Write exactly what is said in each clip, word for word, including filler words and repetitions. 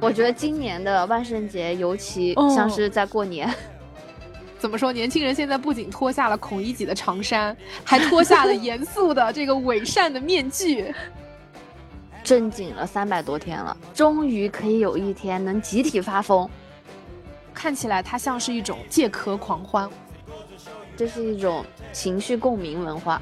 我觉得今年的万圣节尤其像是在过年、哦、 怎么说，年轻人现在不仅脱下了孔乙己的长衫，还脱下了严肃的这个伪善的面具。 正经了三百多天了，终于可以有一天能集体发疯。 看起来它像是一种借壳狂欢， 这是一种情绪共鸣文化。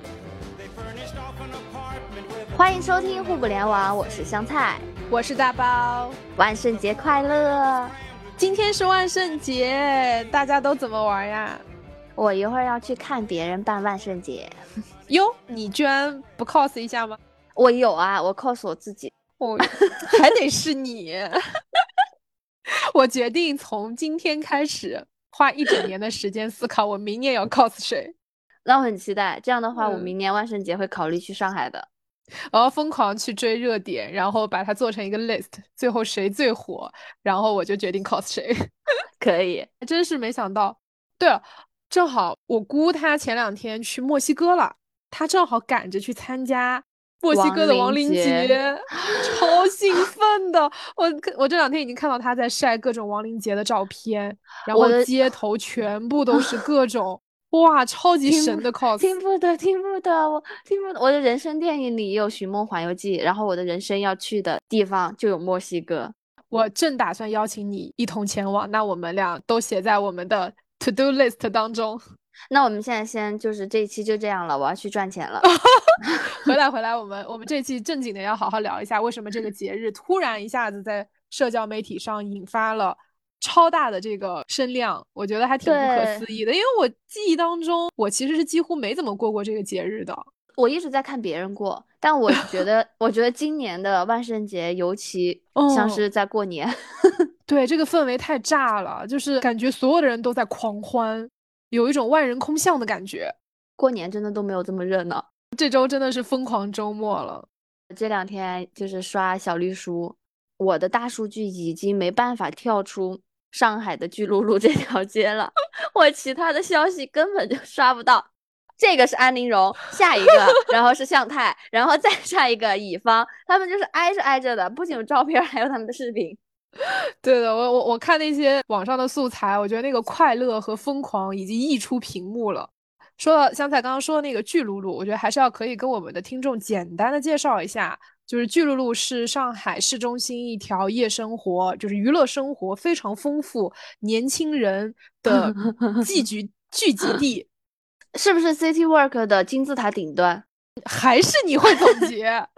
欢迎收听互不联网，我是香菜， 我是大包。 万圣节快乐！ 今天是万圣节，大家都怎么玩呀？ 我一会儿要去看别人办万圣节。 哟，你居然不 cos 一下吗？ 我有啊，我 cos 我自己。 哦，还得是你。我决定从今天开始花一整年的时间思考我明年要 cos 谁。 那我很期待，这样的话、嗯、我明年万圣节会考虑去上海的。 然后疯狂去追热点，然后把它做成一个 list， 最后谁最火，然后我就决定 cos 谁。 可以。 真是没想到。对了，正好我姑她前两天去墨西哥了，她正好赶着去参加墨西哥的亡灵节，超兴奋的。我我这两天已经看到她在晒各种亡灵节的照片，然后街头全部都是各种哇超级神的 cos。 听不得听不得我听不得。我的人生电影里也有寻梦环游记，然后我的人生要去的地方就有墨西哥。 我正打算邀请你一同前往，那我们俩都写在我们的 to do list 当中。 那我们现在先就是这一期就这样了，我要去赚钱了。 回来回来，我们我们这期正经的要好好聊一下，为什么这个节日突然一下子在社交媒体上引发了超大的这个声量，我觉得还挺不可思议的。因为我记忆当中我其实是几乎没怎么过过这个节日的。 我一直在看别人过，但我觉得我觉得今年的万圣节尤其像是在过年。 哦、对，这个氛围太炸了，就是感觉所有的人都在狂欢，有一种万人空巷的感觉。 过年真的都没有这么热闹， 这周真的是疯狂周末了。 这两天就是刷小绿书，我的大数据已经没办法跳出上海的巨鹿路这条街了，我其他的消息根本就刷不到。这个是安陵容，下一个然后是向太，然后再下一个乙方，他们就是挨着挨着的，不仅有照片还有他们的视频。 对的，我我我看那些网上的素材，我觉得那个快乐和疯狂已经溢出屏幕了。说到香菜刚刚说的那个巨鹿路，我觉得还是要可以跟我们的听众简单的介绍一下，就是巨鹿路是上海市中心一条夜生活，就是娱乐生活非常丰富，年轻人的聚集聚集地。 是不是 City Walk 的金字塔顶端？ 还是你会总结。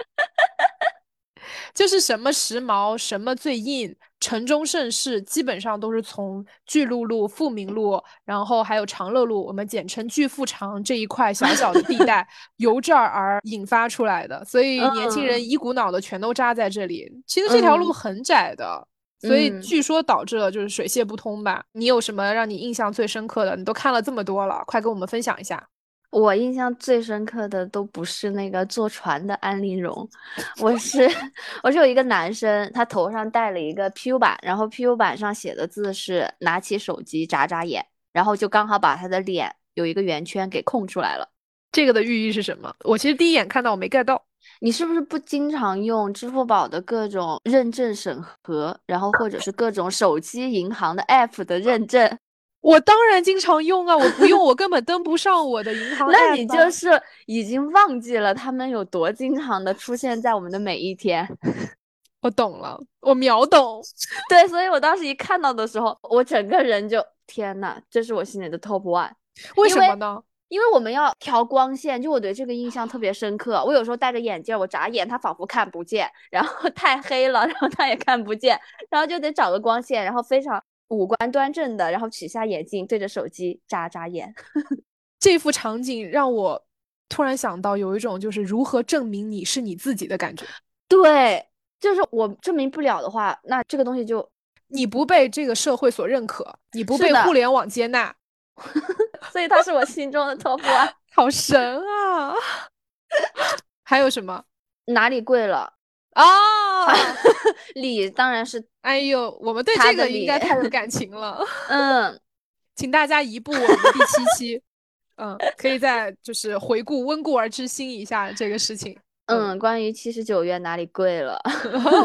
就是什么时髦什么最硬，城中盛世基本上都是从巨鹿路、富民路，然后还有长乐路，我们简称巨富长这一块小小的地带由这儿而引发出来的，所以年轻人一股脑的全都扎在这里。嗯、其实这条路很窄的、嗯、所以据说导致了就是水泄不通吧、嗯、你有什么让你印象最深刻的？你都看了这么多了，快跟我们分享一下。 我印象最深刻的都不是那个坐船的安陵容，我是我是有一个男生，他头上戴了一个 P U 板，然后 P U 板上写的字是拿起手机眨眨眼，然后就刚好把他的脸有一个圆圈给空出来了。 这个的寓意是什么？我其实第一眼看到我没 get 到。 你是不是不经常用支付宝的各种认证审核，然后或者是各种手机银行的 app 的认证？ 我当然经常用啊，我不用我根本登不上我的银行 app。 那你就是已经忘记了他们有多经常的出现在我们的每一天。 我懂了，我秒懂。 对，所以我当时一看到的时候，我整个人就天哪，这是我心里的 top one。 为什么呢？ 因为我们要调光线，就我对这个印象特别深刻。我有时候戴着眼镜，我眨眼它仿佛看不见，然后太黑了，然后它也看不见，然后就得找个光线，然后非常五官端正的，然后取下眼镜，对着手机眨眨眼。 这幅场景让我突然想到有一种就是如何证明你是你自己的感觉。 对，就是我证明不了的话，那这个东西就你不被这个社会所认可，你不被互联网接纳。 所以它是我心中的 top one。 好神啊。还有什么？ 哪里贵了啊、哦？ 礼当然是， 哎呦，我们对这个应该太有感情了。 嗯， 请大家移步我们第七期。嗯，可以再就是回顾温故而知新一下这个事情。 嗯，嗯关于七十九元哪里贵了。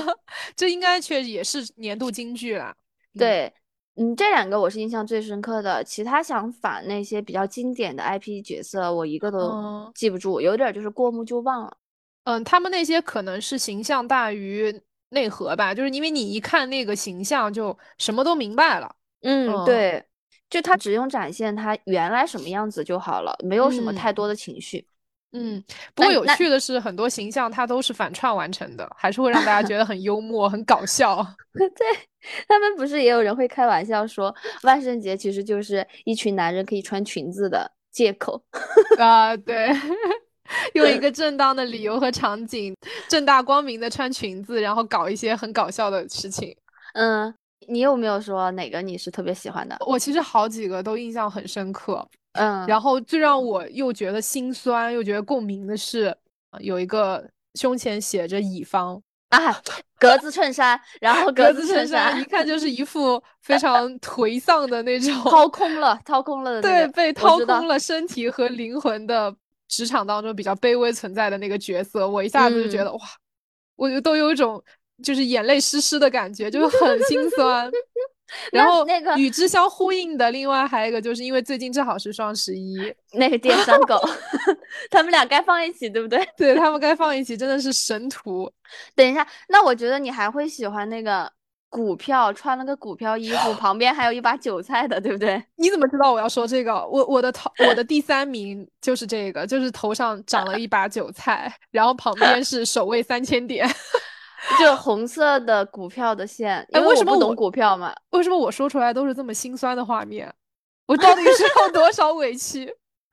这应该确实也是年度金句了。 对，嗯，这两个我是印象最深刻的，其他相反那些比较经典的 I P 角色，我一个都嗯记不住，有点就是过目就忘了。 嗯，他们那些可能是形象大于内核吧，就是因为你一看那个形象就什么都明白了。 嗯， 嗯对，就他只用展现他原来什么样子就好了，没有什么嗯太多的情绪。 嗯，不过有那那趣的是，很多形象它都是反串完成的，还是会让大家觉得很幽默、很搞笑。 对，他们不是也有人会开玩笑说，万圣节其实就是一群男人可以穿裙子的借口。 啊，对，用一个正当的理由和场景，正大光明的穿裙子，然后搞一些很搞笑的事情。 嗯，你有没有说哪个你是特别喜欢的？ 我其实好几个都印象很深刻， 嗯然后最让我又觉得心酸又觉得共鸣的是，呃有一个胸前写着乙方， 啊，格子衬衫，然后格格子子衬衫，一衬衫看就是一副非常颓丧的那种， 掏空了，掏空了的那对， 个， 被我知道。 掏空了身体和灵魂的职场当中比较卑微存在的那个角色，我一下子就觉嗯， 得哇，我就都有一种就是眼泪湿湿的感觉，就是很心酸。然后那那个与之相呼应的，另外还有一个就是因为最近正好是双十一， 那个电商狗，他们俩该放一起，对不对？ 对他们该放一起，真的是神图。 等一下，那我觉得你还会喜欢那个股票，穿了个股票衣服，旁边还有一把韭菜的，对不对？ 你怎么知道我要说这个？我我的头我的第三名就是这个，就是头上长了一把韭菜，然后旁边是守卫三千点。 就红色的股票的线， 哎， 因为我不懂为什么我股票嘛。 为什么我说出来都是这么心酸的画面？我到底是有多少委屈？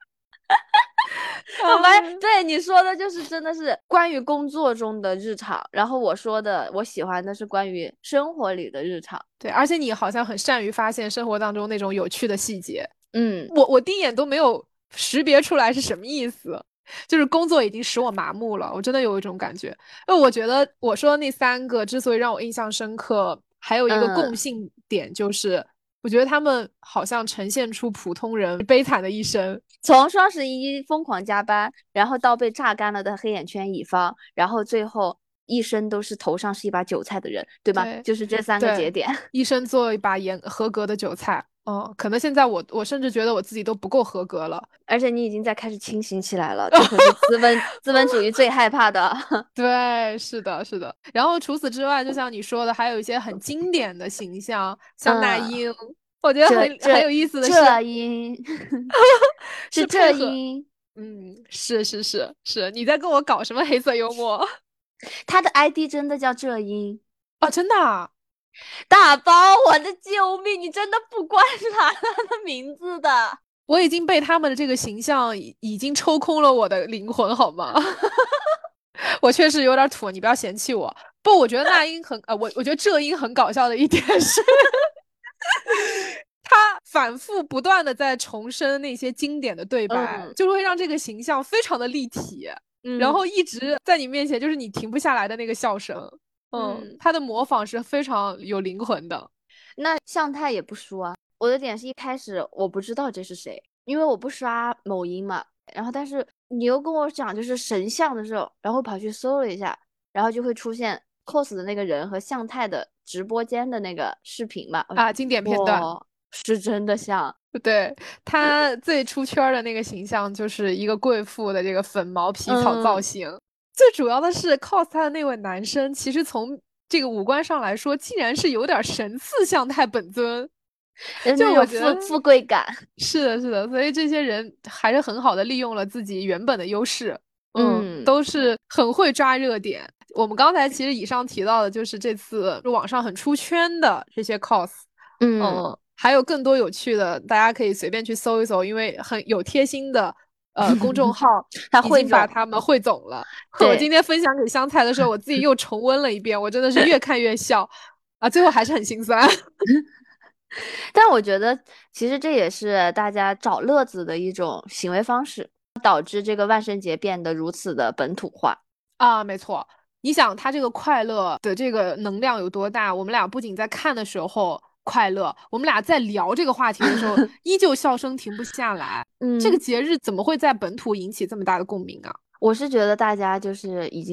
我发现， 哎对你说的就是真的是关于工作中的日常，然后我说的我喜欢的是关于生活里的日常。 对，而且你好像很善于发现生活当中那种有趣的细节。 嗯我我第一眼都没有识别出来是什么意思，就是工作已经使我麻木了，我真的有一种感觉。因为我觉得我说的那三个之所以让我印象深刻，还有一个共嗯， 性点就是，我觉得他们好像呈现出普通人悲惨的一生。 从双十一疯狂加班，然后到被榨干了的黑眼圈乙方，然后最后一生都是头上是一把韭菜的人，对吗？ 对就是这三个节对， 点。 一生做一把严合格的韭菜。哦，可能现在我我甚至觉得我自己都不够合格了。 而且你已经在开始清醒起来了，这可是资本资本主义最害怕的。 对，是的，是的。然后除此之外，就像你说的，还有一些很经典的形象，像那嗯， 英。我觉得很很这这有意思的是， 这音是这是配合， 音， 嗯，是是是是，你在跟我搞什么黑色幽默？ 他的 I D 真的叫这音。 啊？真的啊？ 大包，我的救命！你真的不观察他的名字的？ 我已经被他们的这个形象已已经抽空了我的灵魂，好吗？我确实有点土，你不要嫌弃我。不，我觉得那英很呃，我我觉得这英很搞笑的一点是，他反复不断的在重申那些经典的对白， 嗯就会让这个形象非常的立体，然嗯后一直在你面前就是你停不下来的那个笑声。嗯， 嗯， 他的模仿是非常有灵魂的。 那向太也不输啊。我的点是一开始我不知道这是谁，因为我不刷某音嘛。然后但是你又跟我讲就是神像的时候，然后跑去搜了一下，然后就会出现 cos 的那个人和向太的直播间的那个视频嘛。 啊，经典片段。 哇，是真的像。 对，他最出圈的那个形象就是一个贵妇的这个粉毛皮草造嗯， 型。最主要的是 cos 他的那位男生，其实从这个五官上来说，竟然是有点神似向太本尊。 就是那种就我觉得富富贵感。 是的，是的，所以这些人还是很好的利用了自己原本的优势。嗯， 嗯都是很会抓热点。我们刚才其实以上提到的就是这次网上很出圈的这些 cos。 嗯， 嗯，还有更多有趣的，大家可以随便去搜一搜，因为很有贴心的呃公众号已经把他汇总。 他们汇总了。我对， 今天分享给香菜的时候，我自己又重温了一遍，我真的是越看越笑啊，最后还是很心酸。 但我觉得其实这也是大家找乐子的一种行为方式，导致这个万圣节变得如此的本土化。 啊，没错。你想他这个快乐的这个能量有多大？我们俩不仅在看的时候快乐，我们俩在聊这个话题的时候，依旧笑声停不下来。这个嗯， 节日怎么会在本土引起这么大的共鸣啊？ 我是觉得大家就是已经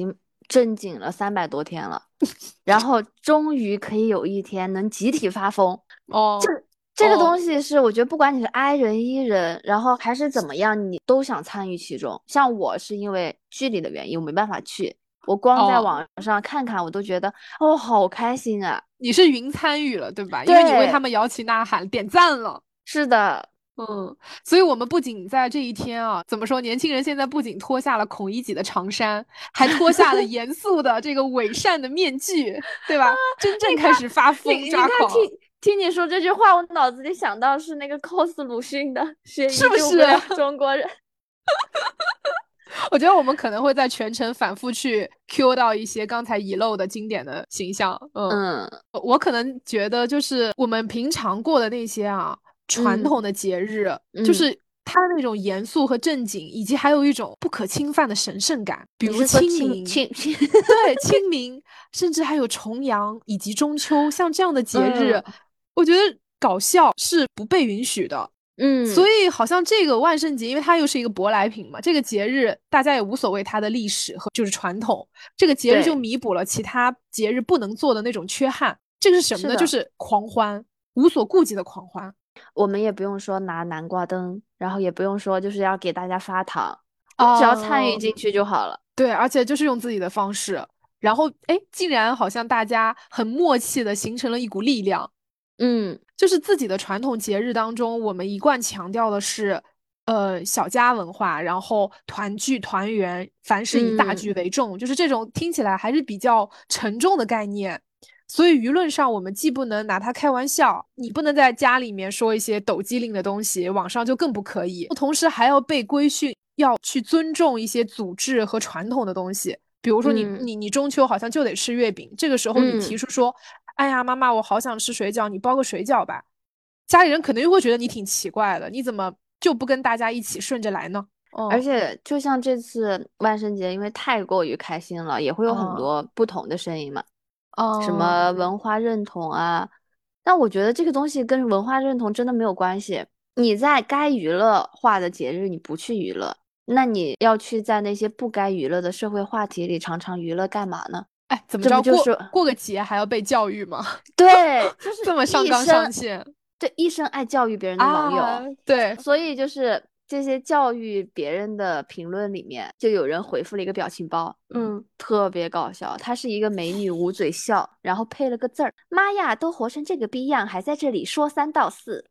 正经了三百多天了，然后终于可以有一天能集体发疯。 哦， 这这个哦东西是我觉得不管你是 I 人 E 人，然后还是怎么样，你都想参与其中。像我是因为距离的原因，我没办法去，我光在哦， 网上看看，我都觉得哦好开心啊。 你是云参与了，对吧？因为你为他对， 们摇旗呐喊，点赞了。 是的， 嗯，所以我们不仅在这一天啊，怎么说？年轻人现在不仅脱下了孔乙己的长衫，还脱下了严肃的这个伪善的面具，对吧？真正开始发疯你你看抓狂， 听听你说这句话，我脑子里想到是那个 cos 鲁迅的“学是不是？ 医救不了中国人”。 我觉得我们可能会在全程反复去 Q 到一些刚才遗漏的经典的形象。嗯， 嗯我可能觉得就是我们平常过的那些啊传嗯统的节日，就嗯， 是它那种严肃和正经，以及还有一种不可侵犯的神圣感，比如你是说清明。 清清清？ 对，清明，甚至还有重阳以及中秋，像这样的节日， 嗯我觉得搞笑是不被允许的。所嗯， 以好像这个万圣节，因为它又是一个舶来品嘛，这个节日大家也无所谓它的历史和就是传统，这个节日就对， 弥补了其他节日不能做的那种缺憾。这个是什么呢？就是的， 是狂欢，无所顾忌的狂欢我们也不用说拿南瓜灯，然后也不用说就是要给大家发糖，你只要参与啊！ 进去就好了。 对，而且就是用自己的方式，然后哎，竟然好像大家很默契的形成了一股力量。 嗯就是自己的传统节日当中，我们一贯强调的是，呃，小家文化，然后团聚团圆，凡事以大嗯局为重，就是这种听起来还是比较沉重的概念。所以舆论上，我们既不能拿它开玩笑，你不能在家里面说一些抖机灵的东西，网上就更不可以。同时还要被规训，要去尊重一些祖制和传统的东西。比如说你嗯你你中秋好像就得吃月饼，这个时候你提嗯， 出说，哎呀妈妈，我好想吃水饺，你包个水饺吧，家里人可能又会觉得你挺奇怪的，你怎么就不跟大家一起顺着来呢？ 而哦， 且就像这次万圣节，因为太过于开心了，也会有很啊多不同的声音嘛，什哦， 么文化认同啊。但我觉得这个东西跟文化认同真的没有关系。你在该娱乐化的节日你不去娱乐，那你要去在那些不该娱乐的社会话题里常常娱乐干嘛呢？ 哎，怎么着过这不就是过个节还要被教育吗？ 对，就这是么上纲一生上线对一生爱教育别人的网啊？ 友。 对， 所以就是这些教育别人的评论里面，就有人回复了一个表情包， 嗯， 特别搞笑。她是一个美女捂嘴笑，然后配了个字儿：“妈呀，都活成这个逼样，还在这里说三道四。”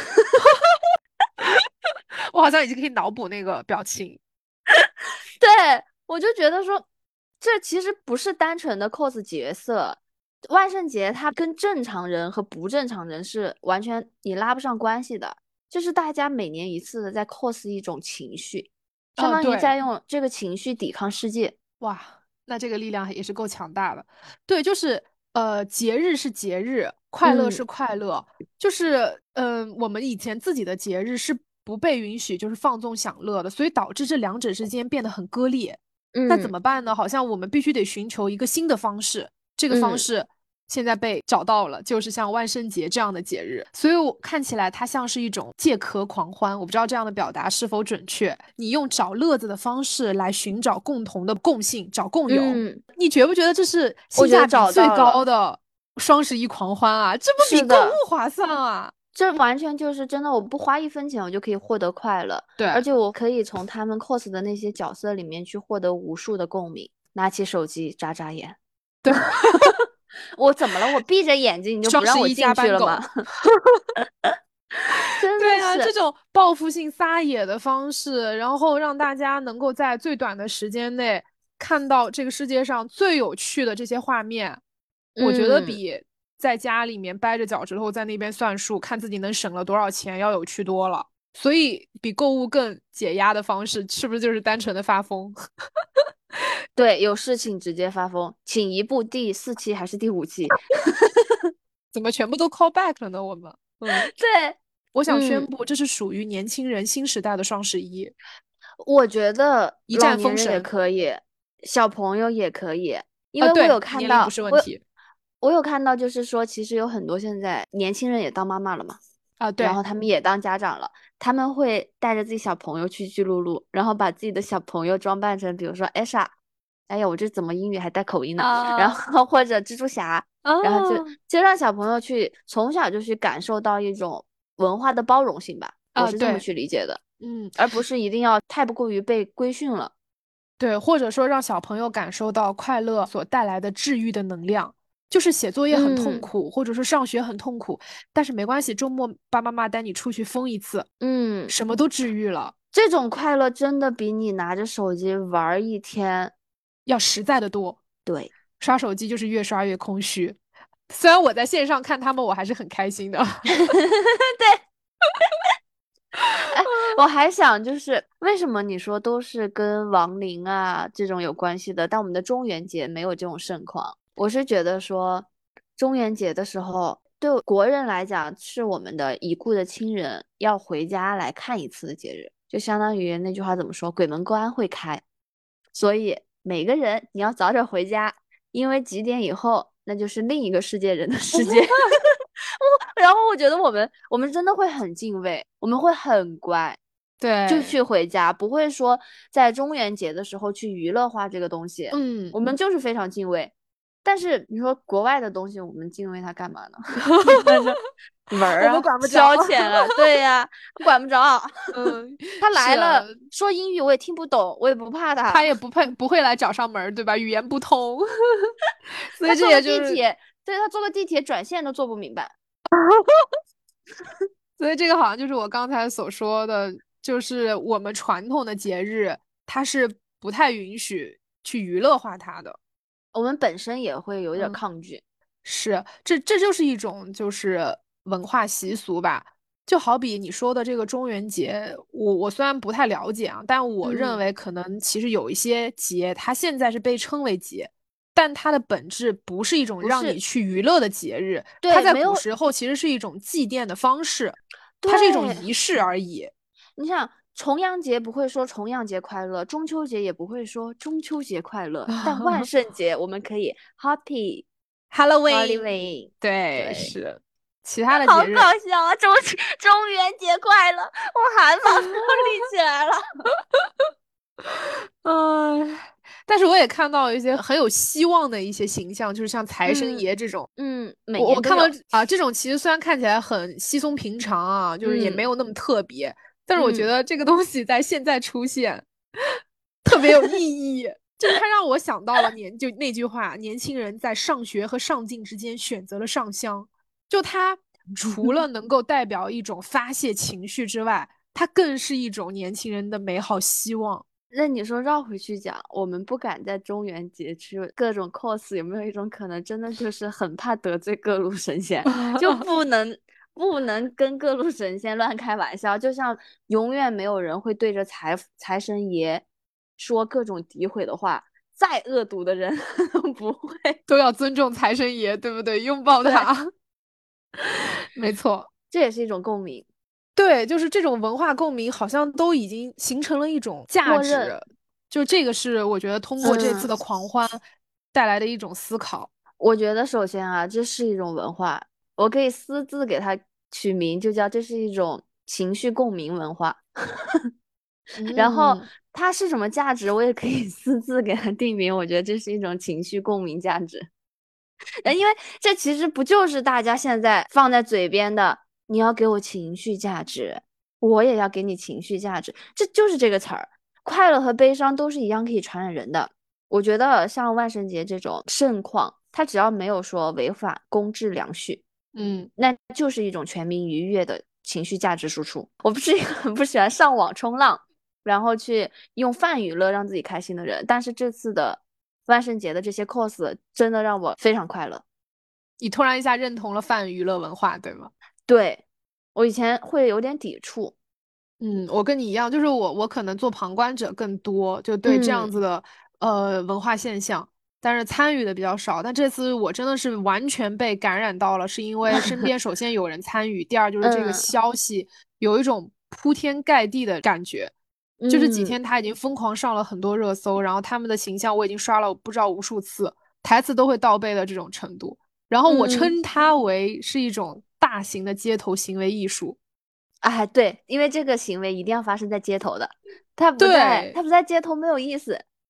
我好像已经可以脑补那个表情。 对，我就觉得说，这其实不是单纯的 cos 角色。万圣节它跟正常人和不正常人是完全你拉不上关系的，就是大家每年一次的在 cos 一种情绪，相啊， 当于对， 在用这个情绪抵抗世界。 哇，那这个力量也是够强大的。对，就是呃，节日是节日，快乐嗯是快乐，就是嗯、呃我们以前自己的节日是不被允许就是放纵享乐的，所以导致这两者之间变得很割裂。那怎嗯么办呢？好像我们必须得寻求一个新的方式，这个方嗯， 式现在被找到了，就是像万圣节这样的节日。所以我看起来它像是一种借壳狂欢，我不知道这样的表达是否准确。你用找乐子的方式来寻找共同的共性，找共有。 嗯， 你觉不觉得这是性我觉得价比最找到了， 高的双十一狂欢啊？这不比购是的， 物划算啊？ 这完全就是真的，我不花一分钱我就可以获得快乐，而对， 且我可以从他们 cos 的那些角色里面去获得无数的共鸣。拿起手机眨眨眼。 对， 我怎么了？我闭着眼睛你就不双十一让我进加班狗。 去了吗？真对啊，这的是， 种报复性撒野的方式，然后让大家能够在最短的时间内看到这个世界上最有趣的这些画面，我觉得嗯， 比在家里面掰着脚趾头在那边算数，看自己能省了多少钱要有趣多了。所以，比购物更解压的方式，是不是就是单纯的发疯？ 对，有事情直接发疯，请一部第四期还是第五期？ 怎么全部都 call back 了呢？我们，嗯， 对， 我想宣嗯， 布，这是属于年轻人新时代的双十一， 我觉得一老年人也战封神。 可以，小朋友也可以，因啊， 为我有对，年龄不看到，我是问题我有看到，就是说，其实有很多现在年轻人也当妈妈了嘛， 啊，对。 然后他们也当家长了，他们会带着自己小朋友去巨鹿路，然后把自己的小朋友装扮成，比如说艾莎， 哎呀，我这怎么英语还带口音呢？然啊后或者蜘蛛侠，然后就啊就让小朋友去从小就去感受到一种文化的包容性吧，我啊， 是这么对， 去理解的， 嗯。 而不是一定要太不过于被规训了。 对，或者说让小朋友感受到快乐所带来的治愈的能量。就是写作业很痛嗯苦，或者说上学很痛苦，但是没关系，周末爸爸妈妈带你出去疯一次， 嗯， 什么都治愈了， 这种快乐真的比你拿着手机玩儿一天， 要实在的多。 对。 刷手机就是越刷越空虚。虽然我在线上看他们，我还是很开心的。 对，我还想就是为什么你说都是跟亡灵啊这种有关系的，但我们的中元节没有这种盛况。我是觉得说，中元节的时候，对国人来讲是我们的已故的亲人要回家来看一次的节日，就相当于那句话怎么说，鬼门关会开，所以每个人你要早点回家，因为几点以后那就是另一个世界人的世界。然后我觉得我们我们真的会很敬畏，我们会很乖，就对， 去回家，不会说在中元节的时候去娱乐化这个东西， 嗯， 我们就是非常敬畏。但是你说国外的东西，我们敬畏它干嘛呢？那就玩儿啊， 我们管不着。 消遣啊，对呀，管不着。 嗯， 他是啊， 来了，说英语我也听不懂，我也不怕他。 他也不配不会来找上门儿，对吧？语言不通，所以这他坐个也就是， 地铁，对他坐个地铁转线都坐不明白。 所以这个好像就是我刚才所说的，就是我们传统的节日，它是不太允许去娱乐化它的。 我们本身也会有点嗯， 抗拒。 是，这这就是一种就是文化习俗吧。就好比你说的这个中元节，我我虽然不太了解啊，但我认嗯， 为可能其实有一些节，它现在是被称为节，但它的本质不是一种让你不是， 去娱乐的节日，它对， 在没有， 古时候其实是一种祭奠的方式，它是一种对， 仪式而已。 你想，重阳节不会说重阳节快乐，中秋节也不会说中秋节快乐，但万圣节我们可以 Happy Halloween， Halloween， 对， 对， 是其他的好节日， 搞笑啊！中中元节快乐，我汗毛都立起来了。 嗯，但是我也看到一些很有希望的一些形象，就是像财神嗯爷这种。 嗯，每我我看到年都有。 啊，这种其实虽然看起来很稀松平常啊，就是也没嗯有那么特别，但是我觉嗯， 得这个东西在现在出现特别有意义。就是它让我想到了年，就那句话，年轻人在上学和上进之间选择了上香。就它除了能够代表一种发泄情绪之外，它更是一种年轻人的美好希望。 那你说绕回去讲，我们不敢在中元节去各种 cos，有没有一种可能，真的就是很怕得罪各路神仙，就不能不能跟各路神仙乱开玩笑，就像永远没有人会对着财财神爷说各种诋毁的话，再恶毒的人都不会。 都要尊重财神爷，对不对？拥抱对， 他，没错。 这也是一种共鸣， 对，就是这种文化共鸣，好像都已经形成了一种价默认。 值。就这个是我觉得通过这次嗯， 的狂欢带来的一种思考。 我觉得首先啊，这是一种文化，我可以私自给它取名，就叫这是一种情绪共鸣文化。然后嗯， 它是什么价值，我也可以私自给它定名。我觉得这是一种情绪共鸣价值。呃因为这其实不就是大家现在放在嘴边的，你要给我情绪价值，我也要给你情绪价值，这就是这个词儿。快乐和悲伤都是一样可以传染人的。我觉得像万圣节这种盛况，它只要没有说违反公治良序， 嗯， 那就是一种全民愉悦的情绪价值输出。我不是一个很不喜欢上网冲浪，然后去用泛娱乐让自己开心的人，但是这次的万圣节的这些 cos 真的让我非常快乐。 你突然一下认同了泛娱乐文化，对吗？ 对，我以前会有点抵触。 嗯，我跟你一样，就是我我可能做旁观者更多，就对这样嗯， 子的呃文化现象，但是参与的比较少。但这次我真的是完全被感染到了，是因为身边首先有人参与，第二就是这个嗯消息有一种铺天盖地的感觉。就这几嗯天他已经疯狂上了很多热搜，然后他们的形象我已经刷了不知道无数次，台词都会倒背的这种程度。然后我嗯， 称它为是一种大型的街头行为艺术。 哎，对，因为这个行为一定要发生在街头的，他不在， 对， 他不在街头没有意思。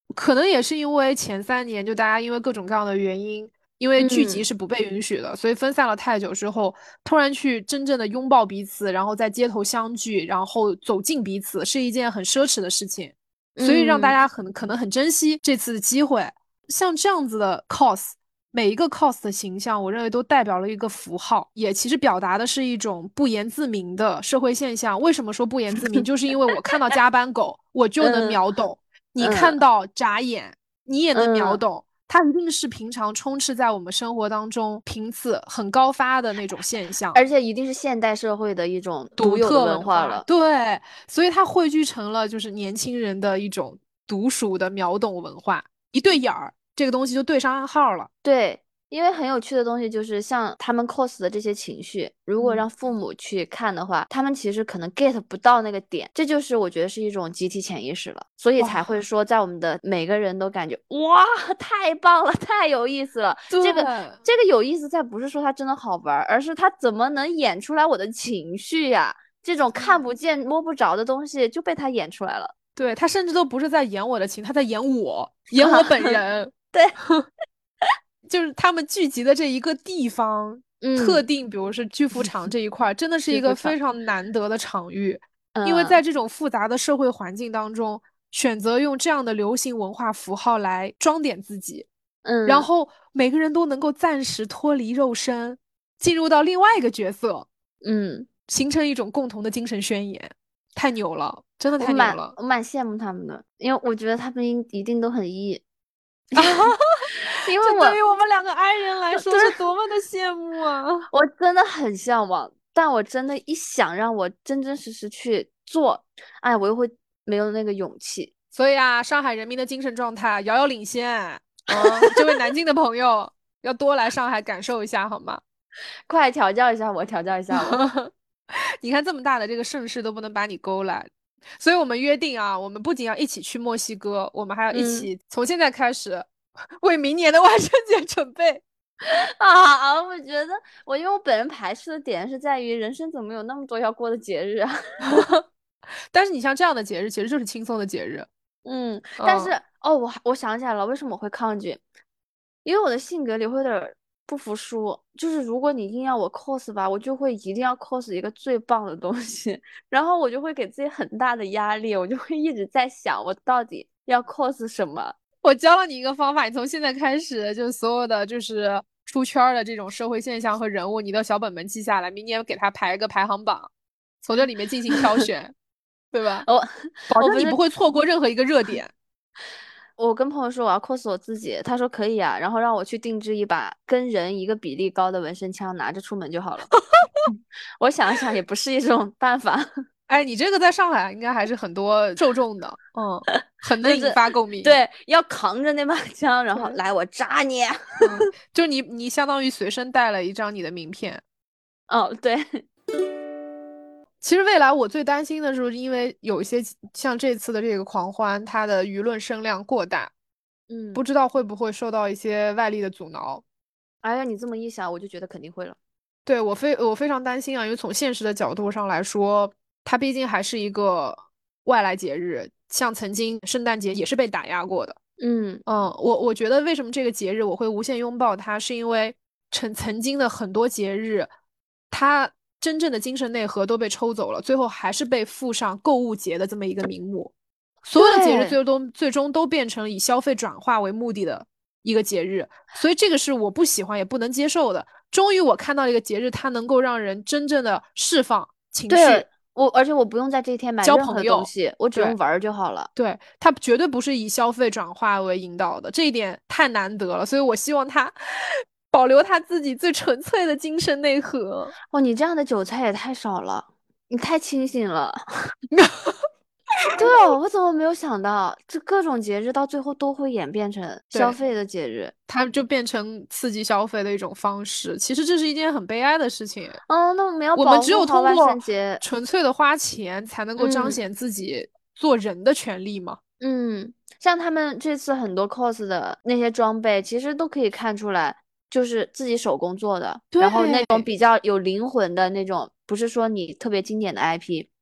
可能也是因为前三年就大家因为各种各样的原因，因为聚集嗯是不被允许的，所以分散了太久之后，突然去真正的拥抱彼此，然后在街头相聚，然后走近彼此，是一件很奢侈的事情，所以让大嗯， 家很可能很珍惜这次的机会。像这样子的 cos，每一个 cos 的形象，我认为都代表了一个符号，也其实表达的是一种不言自明的社会现象。为什么说不言自明？就是因为我看到加班狗，我就能嗯秒懂。你嗯看到眨眼，你也能秒嗯， 懂，它一定是平常充斥在我们生活当中频次很高发的那种现象， 而且一定是现代社会的一种独独有的特文化。 文化了。 对，所以它汇聚成了就是年轻人的一种独属的秒懂文化，一对眼儿，这个东西就对上暗号了。 对，因为很有趣的东西就是像他们 cos 的这些情绪，如果嗯， 让父母去看的话，他们其实可能 get 不到那个点，这就是我觉得是一种集体潜意识了，所以才会哇， 说在我们的每个人都感觉哇，太棒了，太有意思了。这个对， 这个有意思在不是说它真的好玩儿，而是它怎么能演出来我的情绪呀？这种看不见摸不着的东西就被他演出来了。 对，他甚至都不是在演我的情，他在演我，演啊， 我本人。 对， 就是他们聚集的这一个地方，特嗯， 定，比如是巨富场这一块，真的是一个巨富场， 非常难得的场域，因为在嗯这种复杂的社会环境当中，选择用这样的流行文化符号来装点自己，然嗯后每个人都能够暂时脱离肉身，进入到另外一个角色， 嗯。 形成一种共同的精神宣言，太牛了，真的我蛮太牛了。 我蛮羡慕他们的，因为我觉得他们应一定都很 E， 啊， 因为我这对于我们两个 i 人来说对是多么的羡慕啊！ 我真的很向往，但我真的一想让我真真实实去做，哎，我又会没有那个勇气。 所以啊，上海人民的精神状态遥遥领先。嗯，这位南京的朋友要多来上海感受一下，好吗？ 快调教一下我，调教一下我。 你看这么大的这个盛世都不能把你勾来，所以我们约定啊，我们不仅要一起去墨西哥，我们还要一嗯起从现在开始为明年的万圣节准备。 啊，我觉得我因为我本人排斥的点是在于人生怎么有那么多要过的节日啊？ 但是你像这样的节日，其实就是轻松的节日。 嗯，但是嗯， 哦，我还我想起来了，为什么我会抗拒？因为我的性格里会有点儿不服输，就是如果你硬要我 cos 吧，我就会一定要 cos 一个最棒的东西，然后我就会给自己很大的压力，我就会一直在想我到底要 cos 什么。 我教了你一个方法，你从现在开始，就是所有的就是出圈儿的这种社会现象和人物，你的小本本记下来，明年给他排一个排行榜，从这里面进行挑选，对吧？ 我保我不是证你不会错过任何一个热点。 我跟朋友说我要 cos 我自己，他说可以啊，然后让我去定制一把跟人一个比例高的纹身枪，拿着出门就好了。我想想也不是一种办法， 哎，你这个在上海应该还是很多受众的，嗯，很能引就是发共鸣。 对，要扛着那把枪，然后对， 来我扎你。 嗯，就你你相当于随身带了一张你的名片。 哦，对， 其实未来我最担心的是，因为有一些像这次的这个狂欢，它的舆论声量过大，不嗯。 知道会不会受到一些外力的阻挠。 哎呀，你这么一想，我就觉得肯定会了。 对，我非我非常担心啊，因为从现实的角度上来说，它毕竟还是一个外来节日，像曾经圣诞节也是被打压过的。 嗯， 嗯，我我觉得为什么这个节日我会无限拥抱它，是因为曾曾经的很多节日，它真正的精神内核都被抽走了，最后还是被附上购物节的这么一个名目。所有的节日对， 最终最终都变成以消费转化为目的的一个节日，所以这个是我不喜欢也不能接受的。终于我看到一个节日，它能够让人真正的释放情绪、 对，我，而且我不用在这一天买交任何东朋友。 西，我只用对玩儿就好了。 对，它绝对不是以消费转化为引导的，这一点太难得了。所以我希望他保留他自己最纯粹的精神内核。 哦，你这样的韭菜也太少了，你太清醒了。对哦，我怎么没有想到，这各种节日到最后都会演变成消对， 费的节日。 它就变成刺激消费的一种方式。其实这是一件很悲哀的事情。 哦，那我们要保我们只有护好万圣通过节。 纯粹的花钱，才能够彰嗯显自己做人的权利嘛。 嗯，像他们这次很多 cos 的那些装备，其实都可以看出来，就是自己手工做的，然后那种对， 比较有灵魂的那种，不是说你特别经典的 I P。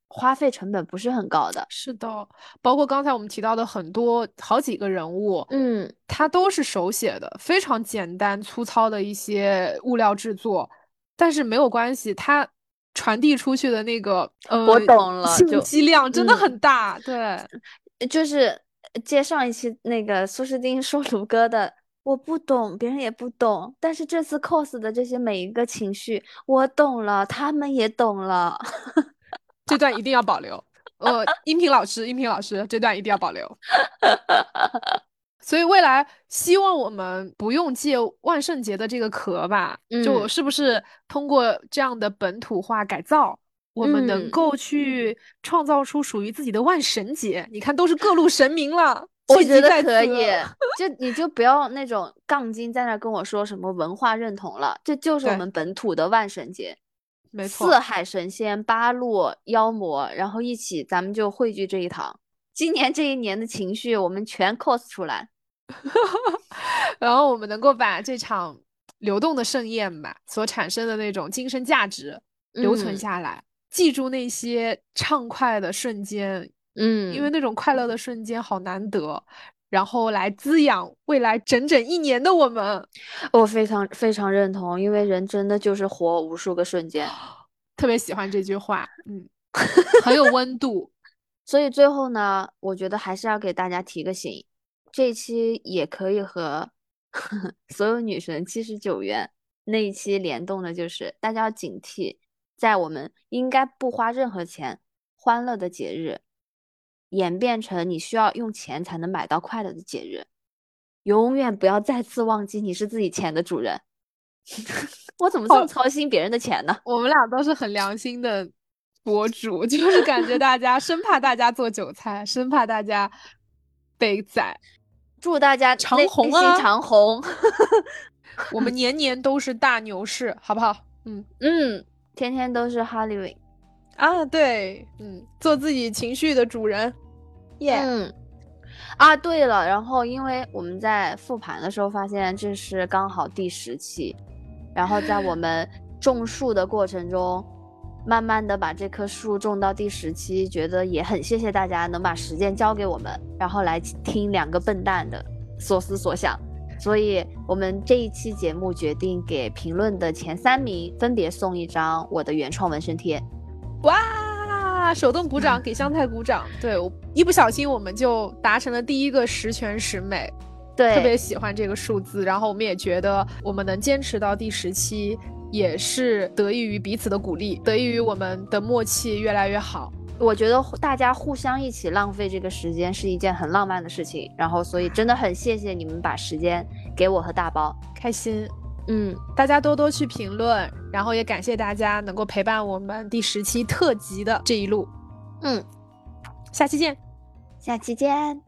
花费成本不是很高的。 是的，包括刚才我们提到的很多好几个人物， 嗯， 他都是手写的，非常简单粗糙的一些物料制作，但是没有关系，它传递出去的那个呃我懂了， 信就息量真的嗯， 很大。对， 就是接上一期那个苏诗丁说卢哥的，我不懂，别人也不懂，但是这次 cos 的这些每一个情绪我懂了，他们也懂了。 这段一定要保留。呃，音频老师，音频老师，这段一定要保留。所以未来希望我们不用借万圣节的这个壳吧， 嗯就是不是通过这样的本土化改造，我们能嗯， 够去创造出属于自己的万神节？你看，都是各路神明了， 我聚集在觉得可此。 以，就你就不要那种杠精在那跟我说什么文化认同了，这就是我对， 们本土的万圣节， 没错。 四海神仙、八路妖魔，然后一起咱们就汇聚这一堂。今年这一年的情绪，我们全 cos 出来。 然后我们能够把这场流动的盛宴吧所产生的那种精神价值留存嗯下来，记住那些畅快的瞬间，因为嗯， 那种快乐的瞬间好难得，然后来滋养未来整整一年的我们。 我非常非常认同，因为人真的就是活无数个瞬间。 特别喜欢这句话，嗯，很有温度。 所以最后呢，我觉得还是要给大家提个醒，这一期也可以和所有女神七十九元那一期联动的，就是大家要警惕，在我们应该不花任何钱欢乐的节日，演变成你需要用钱才能买到快乐的节日，永远不要再次忘记你是自己钱的主人。我怎么这么好， 操心别人的钱呢？ 我们俩都是很良心的博主，就是感觉大家生怕大家做韭菜，生怕大家被宰。 祝大家长内心虹啊， 长虹。 我们年年都是大牛市，好不好？嗯嗯，天天都是 Halloween。 啊，对，嗯，做自己情绪的主人，耶、 嗯，啊，对了，然后因为我们在复盘的时候发现这是刚好第十期，然后在我们种树的过程中，慢慢的把这棵树种到第十期，觉得也很谢谢大家能把时间交给我们，然后来听两个笨蛋的所思所想。所以我们这一期节目决定给评论的前三名分别送一张我的原创纹身贴。 哇，手动鼓掌，给香菜鼓掌。对，我一不小心我们就达成了第一个十全十美， 对， 特别喜欢这个数字。然后我们也觉得我们能坚持到第十期，也是得益于彼此的鼓励，得益于我们的默契越来越好。 我觉得大家互相一起浪费这个时间是一件很浪漫的事情，然后所以真的很谢谢你们把时间给我和大包， 开心。 嗯， 大家多多去评论，然后也感谢大家能够陪伴我们第十期特辑的这一路。 嗯， 下期见， 下期见。